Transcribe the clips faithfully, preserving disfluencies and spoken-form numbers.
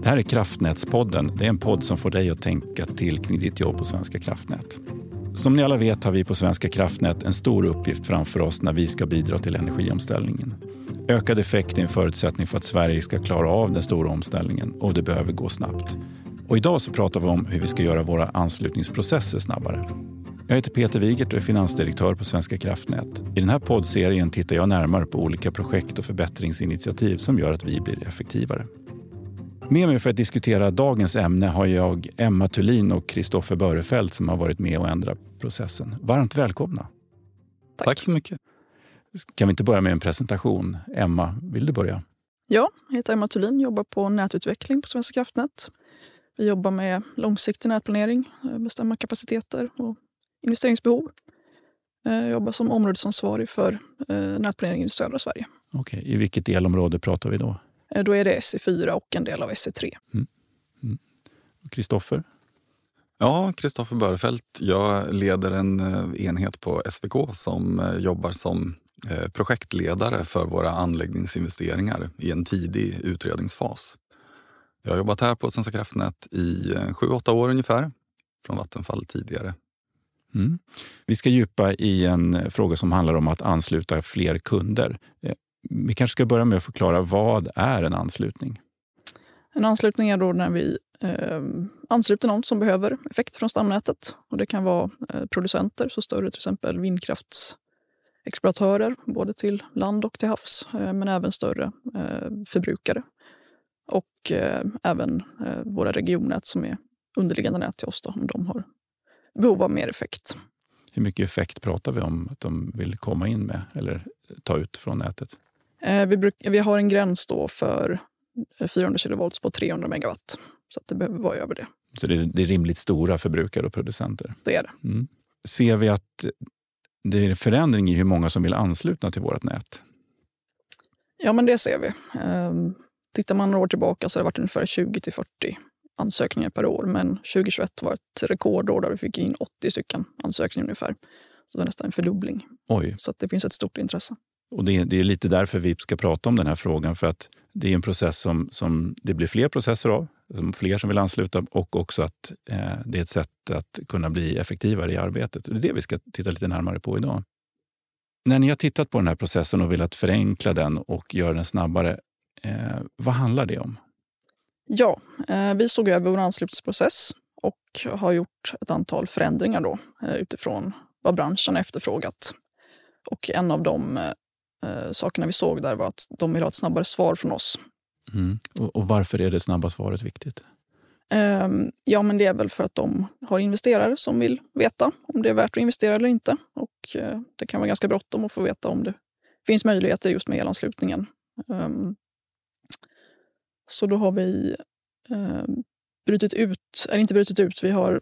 Det här är Kraftnätspodden. Det är en podd som får dig att tänka till kring ditt jobb på Svenska Kraftnät. Som ni alla vet har vi på Svenska Kraftnät en stor uppgift framför oss när vi ska bidra till energiomställningen. Ökad effekt är en förutsättning för att Sverige ska klara av den stora omställningen, och det behöver gå snabbt. Och idag så pratar vi om hur vi ska göra våra anslutningsprocesser snabbare. Jag heter Peter Wigert och är finansdirektör på Svenska Kraftnät. I den här poddserien tittar jag närmare på olika projekt och förbättringsinitiativ som gör att vi blir effektivare. Med mig för att diskutera dagens ämne har jag Emma Thulin och Kristoffer Börefelt som har varit med och ändrat processen. Varmt välkomna. Tack. Tack så mycket. Kan vi inte börja med en presentation? Emma, vill du börja? Ja, jag heter Emma Thulin, jobbar på nätutveckling på Svenska Kraftnät. Vi jobbar med långsiktig nätplanering, bestämma kapaciteter och investeringsbehov. Jag jobbar som områdesansvarig för nätplanering i södra Sverige. Okej, i vilket delområde pratar vi då? Då är det S E fyra och en del av S E tre. Kristoffer? Mm. Mm. Ja, Kristoffer Börefelt. Jag leder en enhet på S V K som jobbar som projektledare för våra anläggningsinvesteringar i en tidig utredningsfas. Jag har jobbat här på Svenska Kraftnät i sju åtta år ungefär, från Vattenfall tidigare. Mm. Vi ska djupa i en fråga som handlar om att ansluta fler kunder. Vi kanske ska börja med att förklara, vad är en anslutning? En anslutning är då när vi eh, ansluter någon som behöver effekt från stamnätet. Och det kan vara eh, producenter, så större till exempel vindkraftsexploatörer, både till land och till havs, eh, men även större eh, förbrukare. Och eh, även eh, våra regionnät som är underliggande nät till oss då, om de har behov av mer effekt. Hur mycket effekt pratar vi om att de vill komma in med eller ta ut från nätet? Eh, vi, bruk, vi har en gräns då för fyrahundra kilovolt på trehundra megawatt. Så att det behöver vara över det. Så det är, det är rimligt stora förbrukare och producenter? Det är det. Mm. Ser vi att det är förändring i hur många som vill ansluta till vårt nät? Ja, men det ser vi. Eh, tittar man några år tillbaka så har det varit ungefär tjugo till fyrtio ansökningar per år. Men tjugohundratjugoett var ett rekordår där vi fick in åttio stycken ansökningar ungefär. Så det var nästan en fördubbling. Oj. Så att det finns ett stort intresse. Och det är, det är lite därför vi ska prata om den här frågan, för att det är en process som, som det blir fler processer av, fler som vill ansluta, och också att eh, det är ett sätt att kunna bli effektivare i arbetet. Det är det vi ska titta lite närmare på idag. När ni har tittat på den här processen och velat förenkla den och göra den snabbare, eh, vad handlar det om? Ja, eh, vi såg över vår anslutningsprocess och har gjort ett antal förändringar då, eh, utifrån vad branschen har efterfrågat. Och en av de eh, sakerna vi såg där var att de vill ha ett snabbare svar från oss. Mm. Och, och varför är det snabba svaret viktigt? Eh, ja, men det är väl för att de har investerare som vill veta om det är värt att investera eller inte. Och eh, det kan vara ganska bråttom att få veta om det finns möjligheter just med elanslutningen. Eh, så då har vi eh, brutit ut, eller inte brutit ut, vi har,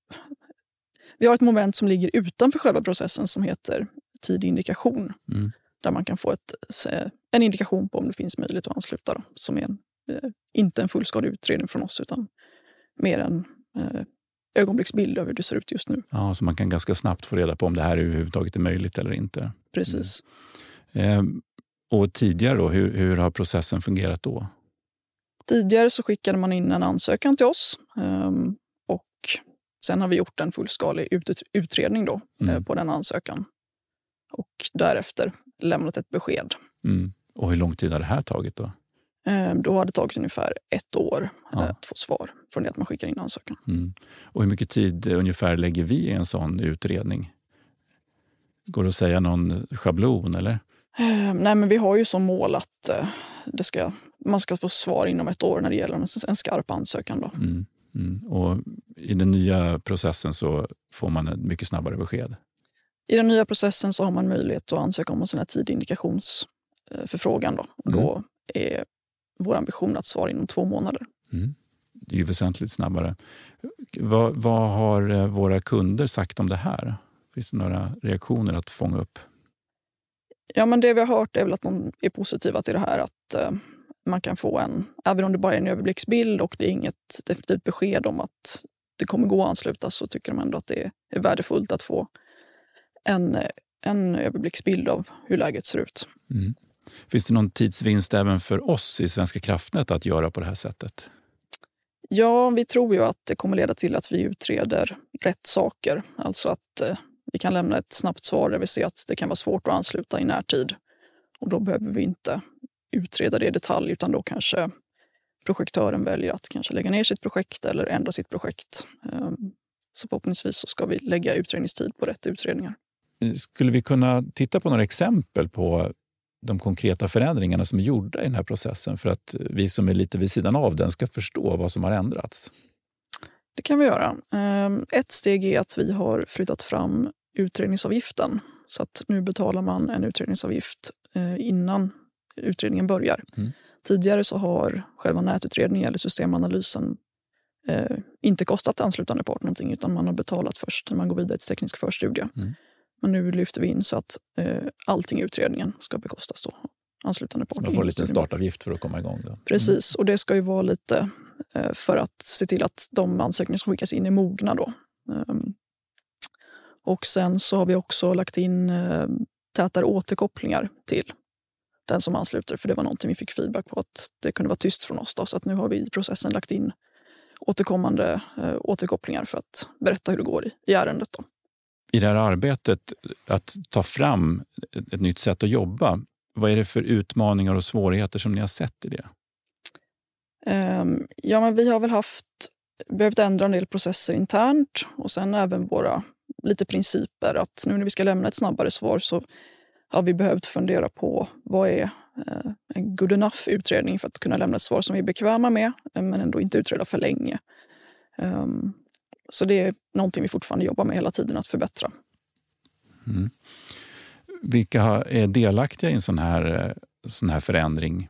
vi har ett moment som ligger utanför själva processen som heter tidig indikation. Mm. Där man kan få ett, en indikation på om det finns möjlighet att ansluta. Då, som är en, eh, inte en fullskalig utredning från oss, utan mer en eh, ögonblicksbild av hur det ser ut just nu. Ja, så man kan ganska snabbt få reda på om det här överhuvudtaget är möjligt eller inte. Precis. Mm. Eh, och tidigare då, hur, hur har processen fungerat då? Tidigare så skickade man in en ansökan till oss. Eh, och sen har vi gjort en fullskalig ut, utredning då, mm. eh, på den ansökan. Och därefter lämnat ett besked. Mm. Och hur lång tid har det här tagit då? Eh, då har det tagit ungefär ett år ja. att få svar från det att man skickar in ansökan. Mm. Och hur mycket tid ungefär lägger vi i en sån utredning? Går det att säga någon schablon eller? Eh, nej, men vi har ju som mål att eh, det ska, man ska få svar inom ett år när det gäller en, en skarp ansökan. Då. Mm. Mm. Och i den nya processen så får man ett mycket snabbare besked? I den nya processen så har man möjlighet att ansöka om en sån här tidig indikationsförfrågan. Då. Mm. Då är vår ambition att svara inom två månader. Mm. Det är ju väsentligt snabbare. Vad, vad har våra kunder sagt om det här? Finns det några reaktioner att fånga upp? Ja, men det vi har hört är väl att de är positiva till det här. Att eh, man kan få en, även om det bara är en överblicksbild och det är inget definitivt besked om att det kommer gå att ansluta, så tycker de ändå att det är värdefullt att få en, en överblicksbild av hur läget ser ut. Mm. Finns det någon tidsvinst även för oss i Svenska Kraftnät att göra på det här sättet? Ja, vi tror ju att det kommer leda till att vi utreder rätt saker. Alltså att eh, vi kan lämna ett snabbt svar där vi ser att det kan vara svårt att ansluta i närtid. Och då behöver vi inte utreda det i detalj, utan då kanske projektören väljer att kanske lägga ner sitt projekt eller ändra sitt projekt. Um, så förhoppningsvis så ska vi lägga utredningstid på rätt utredningar. Skulle vi kunna titta på några exempel på de konkreta förändringarna som är gjorda i den här processen för att vi som är lite vid sidan av den ska förstå vad som har ändrats? Det kan vi göra. Ett steg är att vi har flyttat fram utredningsavgiften. Så att nu betalar man en utredningsavgift innan utredningen börjar. Mm. Tidigare så har själva nätutredningen eller systemanalysen inte kostat anslutande part någonting, utan man har betalat först när man går vidare till teknisk förstudie. Mm. Men nu lyfter vi in så att eh, allting i utredningen ska bekostas då. Anslutande part. Så man får lite startavgift för att komma igång då. Mm. Precis, och det ska ju vara lite eh, för att se till att de ansökningar som skickas in är mogna då. Um, och sen så har vi också lagt in eh, tätare återkopplingar till den som ansluter. För det var någonting vi fick feedback på att det kunde vara tyst från oss då. Så att nu har vi i processen lagt in återkommande eh, återkopplingar för att berätta hur det går i, i ärendet då. I det här arbetet att ta fram ett, ett nytt sätt att jobba, vad är det för utmaningar och svårigheter som ni har sett i det? Um, ja, men vi har väl haft behövt ändra en del processer internt och sen även våra lite principer. Att nu när vi ska lämna ett snabbare svar så har vi behövt fundera på vad är uh, en good enough utredning för att kunna lämna ett svar som vi är bekväma med, men ändå inte utreda för länge. Um, Så det är någonting vi fortfarande jobbar med hela tiden att förbättra. Mm. Vilka är delaktiga i en sån här, sån här förändring?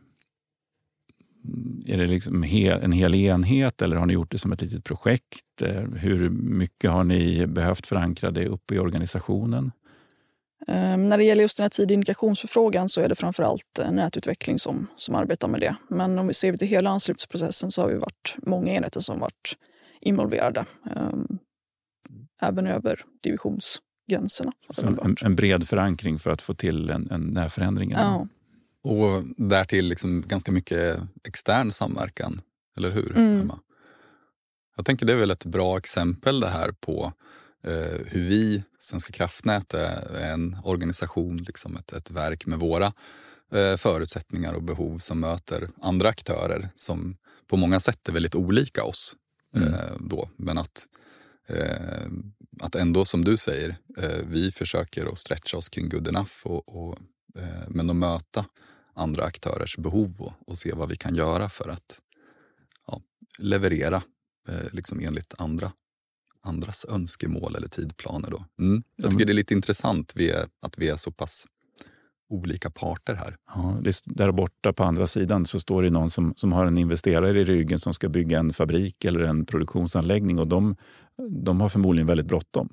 Är det liksom en hel enhet eller har ni gjort det som ett litet projekt? Hur mycket har ni behövt förankra det uppe i organisationen? Um, när det gäller just den här tidig indikationsförfrågan så är det framförallt nätutveckling som, som arbetar med det. Men om vi ser till hela anslutningsprocessen så har vi varit många enheter som varit involverade. Um, även över divisionsgränserna. Så en, en bred förankring för att få till en, en, den här förändringen. Ja. Och därtill liksom ganska mycket extern samverkan, eller hur? Mm. Emma? Jag tänker det är väl ett bra exempel det här på eh, hur vi, Svenska kraftnät, är en organisation, liksom ett, ett verk med våra eh, förutsättningar och behov som möter andra aktörer som på många sätt är väldigt olika oss. Mm. Eh, då. Men att, eh, att ändå, som du säger, eh, vi försöker att stretcha oss kring good enough och, och, eh, men att möta andra aktörers behov och, och se vad vi kan göra för att ja, leverera eh, liksom enligt andra, andras önskemål eller tidplaner. Då. Mm. Jag tycker det är lite intressant vi är, att vi är så pass olika parter här. Ja, det, där borta på andra sidan så står det någon som, som har en investerare i ryggen som ska bygga en fabrik eller en produktionsanläggning och de, de har förmodligen väldigt bråttom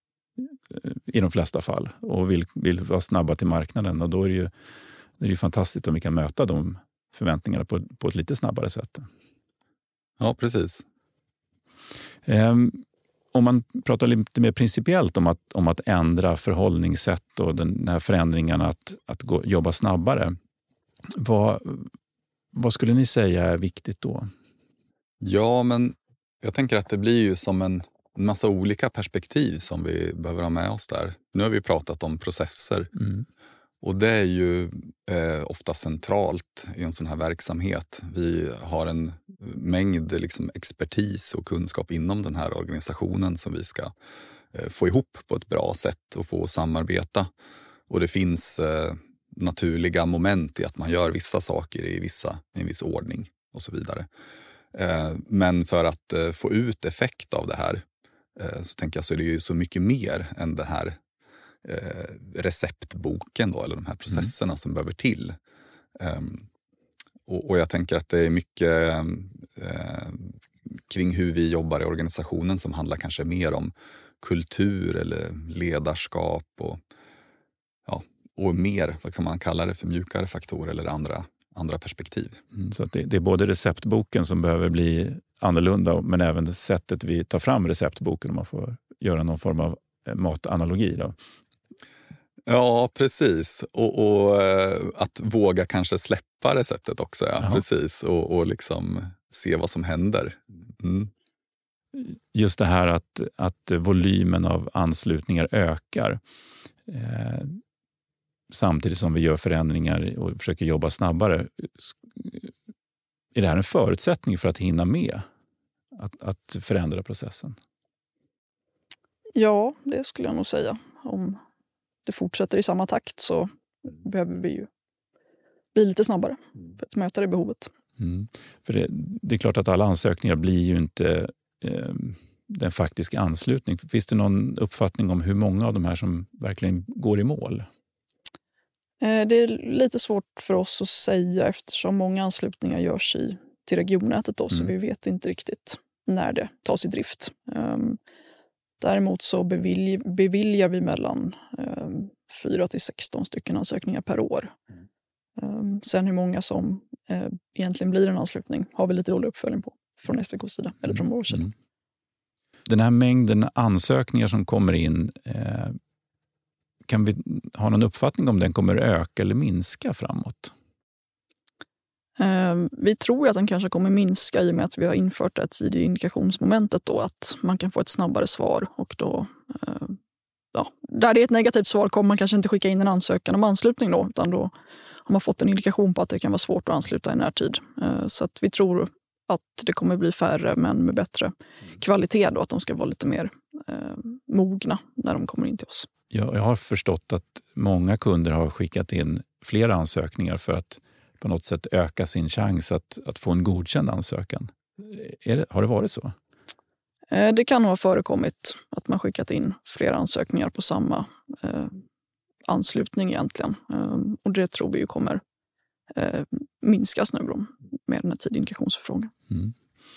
i de flesta fall och vill, vill vara snabba till marknaden och då är det ju, det är ju fantastiskt om vi kan möta de förväntningarna på, på ett lite snabbare sätt. Ja, precis. Um, Om man pratar lite mer principiellt om att, om att ändra förhållningssätt och den här förändringen att, att gå, jobba snabbare. Vad, vad skulle ni säga är viktigt då? Ja, men jag tänker att det blir ju som en massa olika perspektiv som vi behöver ha med oss där. Nu har vi pratat om processer mm. och det är ju eh, ofta centralt i en sån här verksamhet. Vi har en mängd liksom, expertis och kunskap inom den här organisationen som vi ska eh, få ihop på ett bra sätt och få samarbeta. Och det finns eh, naturliga moment i att man gör vissa saker i, vissa, i en viss ordning och så vidare. Eh, men för att eh, få ut effekt av det här eh, så tänker jag så är det ju så mycket mer än det här eh, receptboken då, eller de här processerna mm. som behöver till. Um, och, och jag tänker att det är mycket eh, kring hur vi jobbar i organisationen som handlar kanske mer om kultur eller ledarskap och, ja, och mer, vad kan man kalla det, för mjukare faktorer eller andra, andra perspektiv. Mm, så att det, det är både receptboken som behöver bli annorlunda men även det sättet vi tar fram receptboken om man får göra någon form av matanalogi då. Ja, precis. Och, och att våga kanske släppa receptet också. Ja, precis. Och, och liksom se vad som händer. Mm. Just det här att, att volymen av anslutningar ökar. Eh, samtidigt som vi gör förändringar och försöker jobba snabbare. Är det här en förutsättning för att hinna med att, att förändra processen? Ja, det skulle jag nog säga. Om det fortsätter i samma takt så behöver vi ju bli lite snabbare för att möta det behovet. Mm. För det, det är klart att alla ansökningar blir ju inte eh, den faktiska anslutning. Finns det någon uppfattning om hur många av de här som verkligen går i mål? Eh, det är lite svårt för oss att säga eftersom många anslutningar görs i, till regionnätet då, mm. så vi vet inte riktigt när det tas i drift. Um, däremot så bevilj, beviljar vi mellan um, fyra till sexton stycken ansökningar per år. Mm. Um, sen hur många som uh, egentligen blir en anslutning har vi lite dålig uppföljning på från S V K:s sida eller från vår sida. Mm. Den här mängden ansökningar som kommer in, eh, kan vi ha någon uppfattning om den kommer öka eller minska framåt? Uh, vi tror att den kanske kommer minska i och med att vi har infört det tidiga indikationsmomentet då, att man kan få ett snabbare svar och då uh, ja, där det är ett negativt svar kommer man kanske inte skicka in en ansökan om anslutning då, utan då har man fått en indikation på att det kan vara svårt att ansluta i närtid. Uh, så att vi tror att det kommer bli färre men med bättre kvalitet då, att de ska vara lite mer uh, mogna när de kommer in till oss. Jag, jag har förstått att många kunder har skickat in flera ansökningar för att på något sätt öka sin chans att, att få en godkänd ansökan. Är det, har det varit så? Det kan nog ha förekommit att man skickat in flera ansökningar på samma eh, anslutning egentligen. Eh, och det tror vi ju kommer eh, minskas nu då, med den här tidiga indikationsförfrågan. Mm.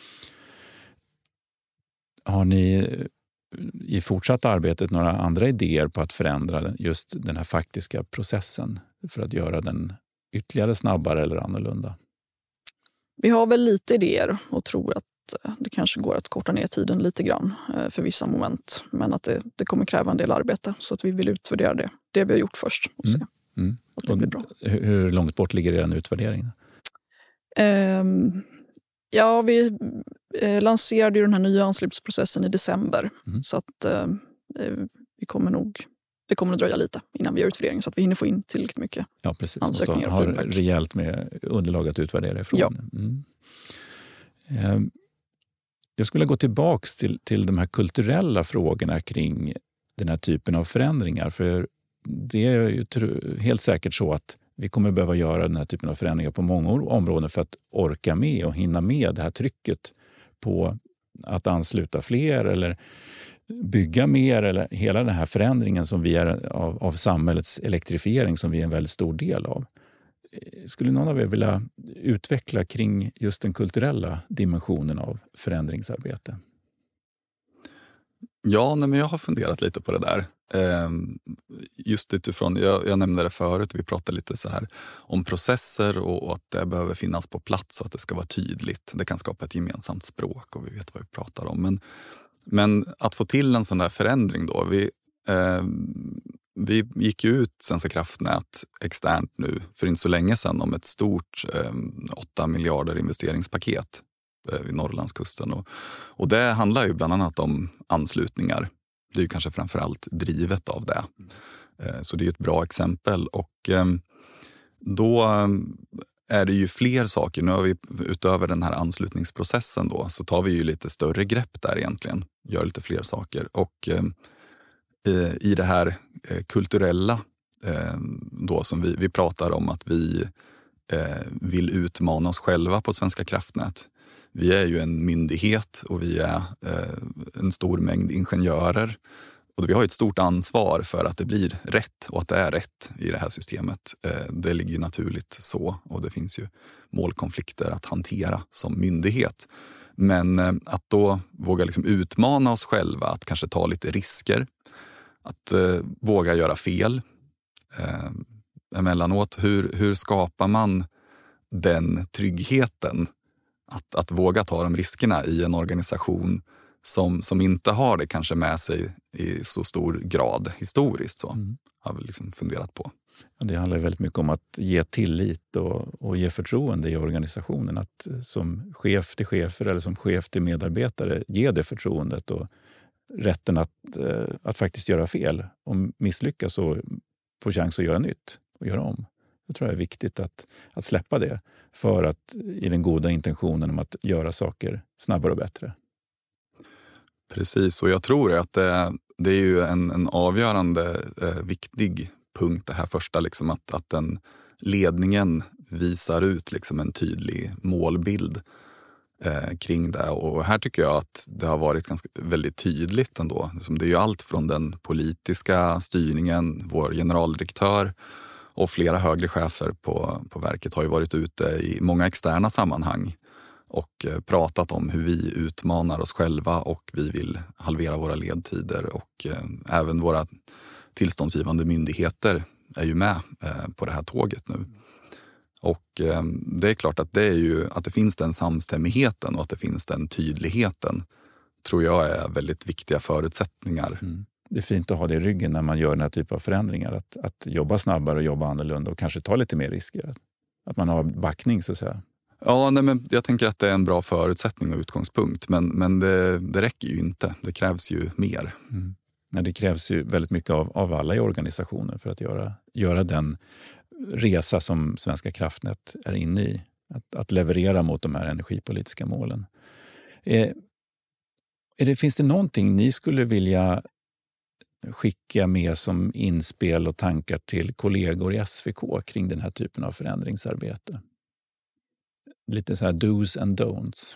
Har ni i fortsatta arbetet några andra idéer på att förändra just den här faktiska processen för att göra den ytterligare snabbare eller annorlunda? Vi har väl lite idéer och tror att det kanske går att korta ner tiden lite grann för vissa moment. Men att det, det kommer kräva en del arbete så att vi vill utvärdera det, det vi har gjort först och se mm. Mm. att det blir bra. Hur långt bort ligger er utvärdering? Um, ja, vi eh, lanserade ju den här nya anslutningsprocessen i december. Mm. Så att eh, vi kommer nog... Det kommer att dröja lite innan vi gör utvärdering så att vi hinner få in tillräckligt mycket ja, precis. ansökningar och har feedback. Rejält med underlag att utvärdera ifrån. Ja. Mm. Eh, jag skulle gå tillbaka till, till de här kulturella frågorna kring den här typen av förändringar. För det är ju tr- helt säkert så att vi kommer behöva göra den här typen av förändringar på många områden för att orka med och hinna med det här trycket på att ansluta fler eller bygga mer, eller hela den här förändringen som vi är av, av samhällets elektrifiering som vi är en väldigt stor del av. Skulle någon av er vilja utveckla kring just den kulturella dimensionen av förändringsarbete? Ja, nej, men jag har funderat lite på det där. Just utifrån, jag, jag nämnde det förut, vi pratade lite så här om processer och, och att det behöver finnas på plats och att det ska vara tydligt. Det kan skapa ett gemensamt språk och vi vet vad vi pratar om. Men Men att få till en sån där förändring då, vi, eh, vi gick ut Svenska kraftnät externt nu för inte så länge sedan om ett stort eh, åtta miljarder investeringspaket eh, vid Norrlandskusten. Och, och det handlar ju bland annat om anslutningar. Det är ju kanske framförallt drivet av det. Eh, så det är ju ett bra exempel och eh, då... är det ju fler saker. Nu har vi utöver den här anslutningsprocessen då så tar vi ju lite större grepp där egentligen. Gör lite fler saker. Och eh, i det här eh, kulturella eh, då som vi, vi pratar om att vi eh, vill utmana oss själva på Svenska kraftnät. Vi är ju en myndighet och vi är eh, en stor mängd ingenjörer. Och vi har ett stort ansvar för att det blir rätt och att det är rätt i det här systemet. Det ligger ju naturligt så och det finns ju målkonflikter att hantera som myndighet. Men att då våga liksom utmana oss själva, att kanske ta lite risker, att eh, våga göra fel. Eh, emellanåt, hur, hur skapar man den tryggheten att, att våga ta de riskerna i en organisation Som, som inte har det kanske med sig i så stor grad historiskt så mm. har vi liksom funderat på. Det handlar väldigt mycket om att ge tillit och, och ge förtroende i organisationen. Att som chef till chefer eller som chef till medarbetare ge det förtroendet och rätten att, att faktiskt göra fel. Om misslyckas och få chans att göra nytt och göra om. Jag tror det är viktigt att, att släppa det för att i den goda intentionen om att göra saker snabbare och bättre. Precis, och jag tror att det, det är ju en, en avgörande eh, viktig punkt det här första, liksom att, att den ledningen visar ut liksom en tydlig målbild eh, kring det. Och här tycker jag att det har varit ganska, väldigt tydligt ändå. Det är ju allt från den politiska styrningen, vår generaldirektör och flera högre chefer på, på verket har ju varit ute i många externa sammanhang och pratat om hur vi utmanar oss själva och vi vill halvera våra ledtider, och eh, även våra tillståndsgivande myndigheter är ju med eh, på det här tåget nu. Och eh, det är klart att det är ju att det finns den samstämmigheten och att det finns den tydligheten, tror jag är väldigt viktiga förutsättningar. Mm. Det är fint att ha det i ryggen när man gör den här typen av förändringar, att, att jobba snabbare och jobba annorlunda och kanske ta lite mer risker. Att man har backning så att säga. Ja, nej, men jag tänker att det är en bra förutsättning och utgångspunkt, men, men det, det räcker ju inte. Det krävs ju mer. Mm. Ja, det krävs ju väldigt mycket av, av alla i organisationen för att göra, göra den resa som Svenska kraftnät är inne i. Att, att leverera mot de här energipolitiska målen. Eh, är det, finns det någonting ni skulle vilja skicka med som inspel och tankar till kollegor i S V K kring den här typen av förändringsarbete? Lite så här do's and don'ts.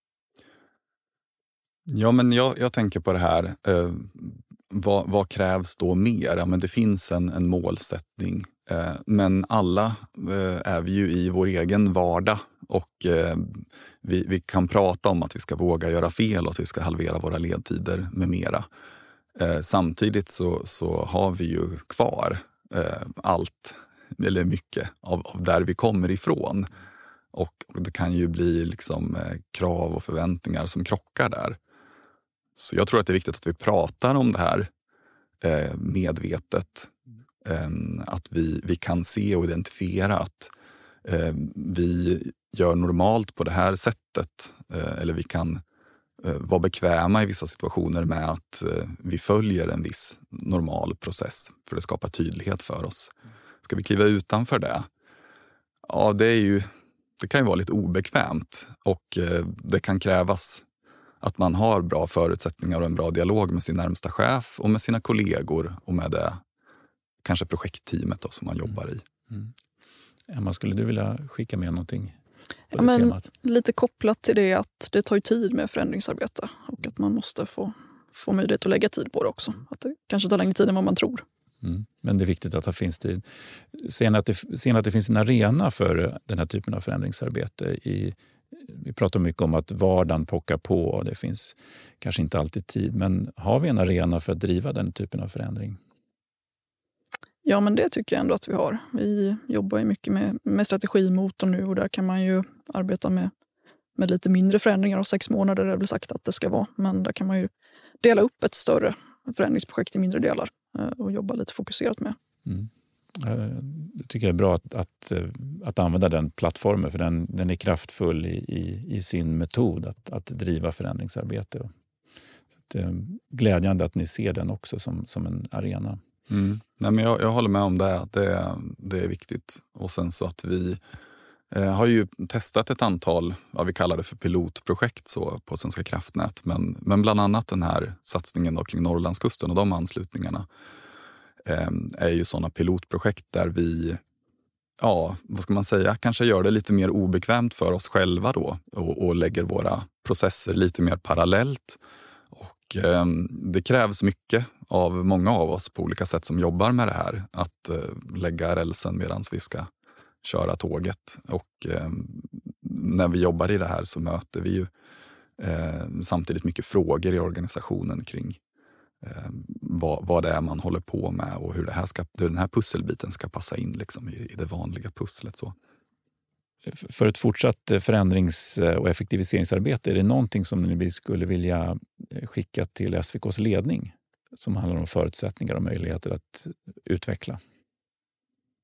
Ja, men jag, jag tänker på det här. Eh, vad, vad krävs då mer? Ja, men det finns en, en målsättning. Eh, men alla eh, är vi ju i vår egen vardag. Och eh, vi, vi kan prata om att vi ska våga göra fel och att vi ska halvera våra ledtider med mera. Eh, samtidigt så, så har vi ju kvar eh, allt, eller mycket, av, av där vi kommer ifrån. Och det kan ju bli liksom eh, krav och förväntningar som krockar där. Så jag tror att det är viktigt att vi pratar om det här eh, medvetet. Eh, att vi, vi kan se och identifiera att eh, vi gör normalt på det här sättet. Eh, eller vi kan eh, vara bekväma i vissa situationer med att eh, vi följer en viss normal process. För det skapar tydlighet för oss. Ska vi kliva utanför det? Ja, det är ju... Det kan ju vara lite obekvämt, och eh, det kan krävas att man har bra förutsättningar och en bra dialog med sin närmsta chef och med sina kollegor och med det kanske projektteamet då, som man jobbar i. Mm. Emma, skulle du vilja skicka med någonting på ja, det men temat? lite kopplat till det att det tar ju tid med förändringsarbete och att man måste få, få möjlighet att lägga tid på det också. Att det kanske tar längre tid än vad man tror. Mm. Men det är viktigt att det finns tid. Ser ni att det, ser ni att det finns en arena för den här typen av förändringsarbete? I, vi pratar mycket om att vardagen pockar på och det finns kanske inte alltid tid. Men har vi en arena för att driva den typen av förändring? Ja, men det tycker jag ändå att vi har. Vi jobbar ju mycket med, med strategimotorn nu och där kan man ju arbeta med, med lite mindre förändringar, och sex månader är det väl sagt att det ska vara. Men där kan man ju dela upp ett större förändringsprojekt i mindre delar och jobba lite fokuserat med. Mm. Jag tycker det är bra att, att, att använda den plattformen, för den, den är kraftfull i, i, i sin metod att, att driva förändringsarbete. Så det är glädjande att ni ser den också som, som en arena. Mm. Nej, men jag, jag håller med om det, att det, det är viktigt. Och sen så att vi eh, har ju testat ett antal, vad vi kallar det för pilotprojekt så, på Svenska kraftnät. Men, men bland annat den här satsningen då kring Norrlandskusten och de anslutningarna eh, är ju sådana pilotprojekt där vi, ja, vad ska man säga, kanske gör det lite mer obekvämt för oss själva då och, och lägger våra processer lite mer parallellt. Och eh, det krävs mycket av många av oss på olika sätt som jobbar med det här. Att eh, lägga rälsen medan vi ska köra tåget. Och eh, när vi jobbar i det här så möter vi ju eh, samtidigt mycket frågor i organisationen kring eh, vad, vad det är man håller på med och hur, det här ska, hur den här pusselbiten ska passa in liksom, i, i det vanliga pusslet. Så. För ett fortsatt förändrings- och effektiviseringsarbete, är det någonting som ni skulle vilja skicka till S V K:s ledning som handlar om förutsättningar och möjligheter att utveckla?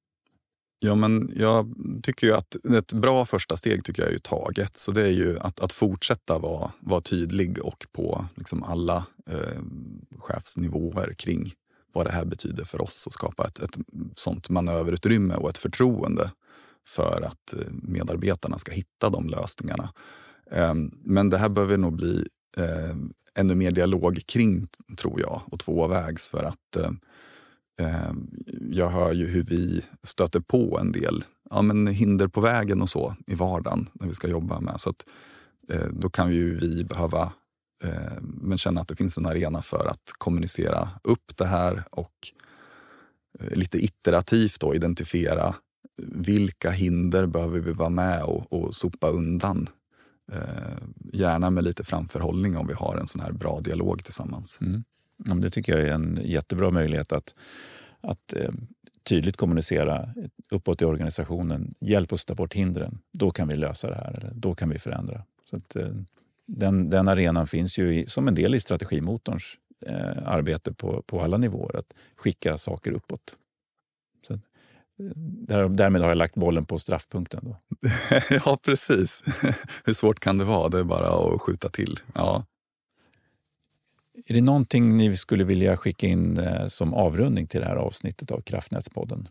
Ja, men jag tycker ju att ett bra första steg tycker jag är ju taget. Så det är ju att, att fortsätta vara, vara tydlig och på liksom alla eh, chefsnivåer kring vad det här betyder för oss och skapa ett, ett sånt manöverutrymme och ett förtroende för att medarbetarna ska hitta de lösningarna. Eh, men det här behöver nog bli eh, ännu mer dialog kring, tror jag, och tvåvägs för att eh, jag hör ju hur vi stöter på en del ja, men hinder på vägen och så i vardagen när vi ska jobba med. Så att, eh, då kan ju vi behöva eh, men känna att det finns en arena för att kommunicera upp det här och eh, lite iterativt då identifiera vilka hinder behöver vi vara med och, och sopa undan. Eh, gärna med lite framförhållning om vi har en sån här bra dialog tillsammans. Mm. Ja, det tycker jag är en jättebra möjlighet att, att eh, tydligt kommunicera uppåt i organisationen. Hjälp oss ta bort hindren. Då kan vi lösa det här. Eller då kan vi förändra. Så att, eh, den, den arenan finns ju i, som en del i strategimotorns eh, arbete på, på alla nivåer. Att skicka saker uppåt. Så, där, därmed har jag lagt bollen på straffpunkten. Då. Ja, precis. Hur svårt kan det vara? Det är bara att skjuta till. Ja. Är det någonting ni skulle vilja skicka in eh, som avrundning till det här avsnittet av Kraftnätspodden?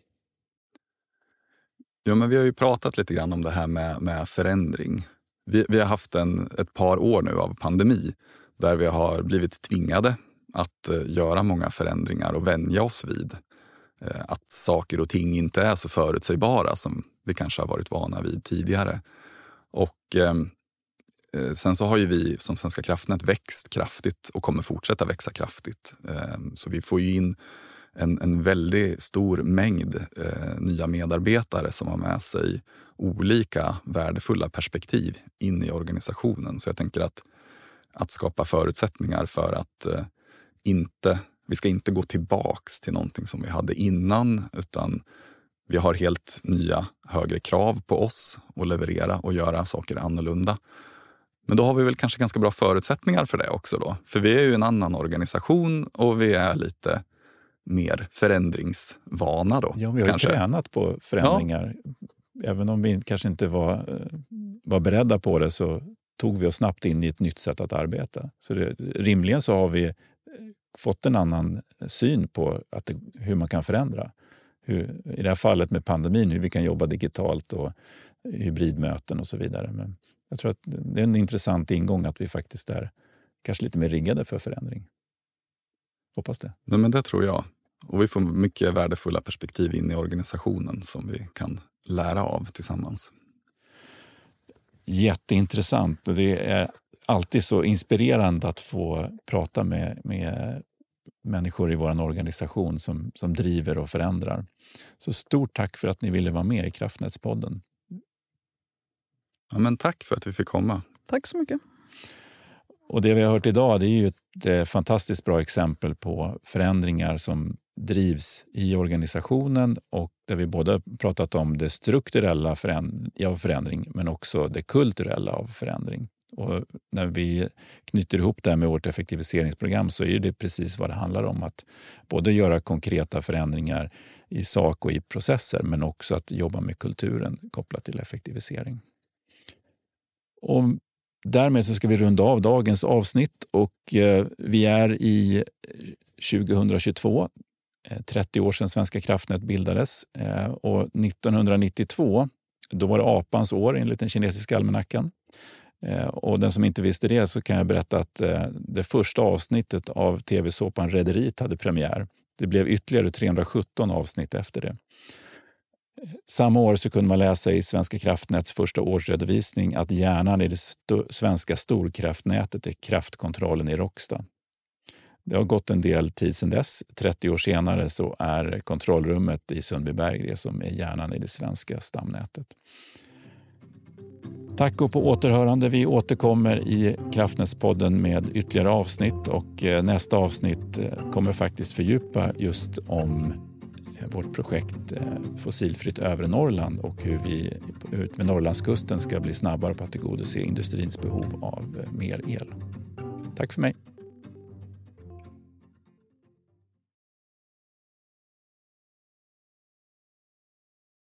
Ja, men vi har ju pratat lite grann om det här med, med förändring. Vi, vi har haft en, ett par år nu av pandemi där vi har blivit tvingade att eh, göra många förändringar och vänja oss vid eh, att saker och ting inte är så förutsägbara som vi kanske har varit vana vid tidigare. Och eh, sen så har ju vi som Svenska kraftnät växt kraftigt och kommer fortsätta växa kraftigt. Så vi får ju in en, en väldigt stor mängd eh, nya medarbetare som har med sig olika värdefulla perspektiv in i organisationen. Så jag tänker att, att skapa förutsättningar för att eh, inte, vi ska inte gå tillbaks till någonting som vi hade innan, utan vi har helt nya högre krav på oss att leverera och göra saker annorlunda. Men då har vi väl kanske ganska bra förutsättningar för det också då. För vi är ju en annan organisation och vi är lite mer förändringsvana då. Ja, vi har kanske. ju tränat på förändringar. Ja. Även om vi kanske inte var, var beredda på det så tog vi oss snabbt in i ett nytt sätt att arbeta. Så det, rimligen så har vi fått en annan syn på att det, hur man kan förändra. Hur, i det här fallet med pandemin, hur vi kan jobba digitalt och hybridmöten och så vidare. Men jag tror att det är en intressant ingång att vi faktiskt är kanske lite mer riggade för förändring. Hoppas det. Nej, men det tror jag. Och vi får mycket värdefulla perspektiv in i organisationen som vi kan lära av tillsammans. Jätteintressant, och det är alltid så inspirerande att få prata med, med människor i vår organisation som, som driver och förändrar. Så stort tack för att ni ville vara med i Kraftnätspodden. Ja, men tack för att vi fick komma. Tack så mycket. Och det vi har hört idag, det är ju ett eh, fantastiskt bra exempel på förändringar som drivs i organisationen, och där vi både pratat om det strukturella föränd- av förändring men också det kulturella av förändring. Och när vi knyter ihop det här med vårt effektiviseringsprogram så är det precis vad det handlar om, att både göra konkreta förändringar i sak och i processer, men också att jobba med kulturen kopplat till effektivisering. Och därmed så ska vi runda av dagens avsnitt, och eh, vi är i tjugohundratjugotvå, eh, trettio år sedan Svenska kraftnät bildades, eh, och nittonhundranittiotvå då var det apans år enligt den kinesiska almanackan. Eh, och den som inte visste det, så kan jag berätta att eh, det första avsnittet av tv-såpan Rederiet hade premiär. Det blev ytterligare trehundrasjutton avsnitt efter det. Samma år så kunde man läsa i Svenska kraftnäts första årsredovisning att hjärnan i det st- svenska storkraftnätet är kraftkontrollen i Råcksta. Det har gått en del tid sedan dess. trettio år senare så är kontrollrummet i Sundbyberg det som är hjärnan i det svenska stamnätet. Tack och på återhörande. Vi återkommer i Kraftnätspodden med ytterligare avsnitt, och nästa avsnitt kommer faktiskt fördjupa just om vårt projekt Fossilfritt övre Norrland och hur vi ut med Norrlandskusten ska bli snabbare på att tillgodose industrins behov av mer el. Tack för mig.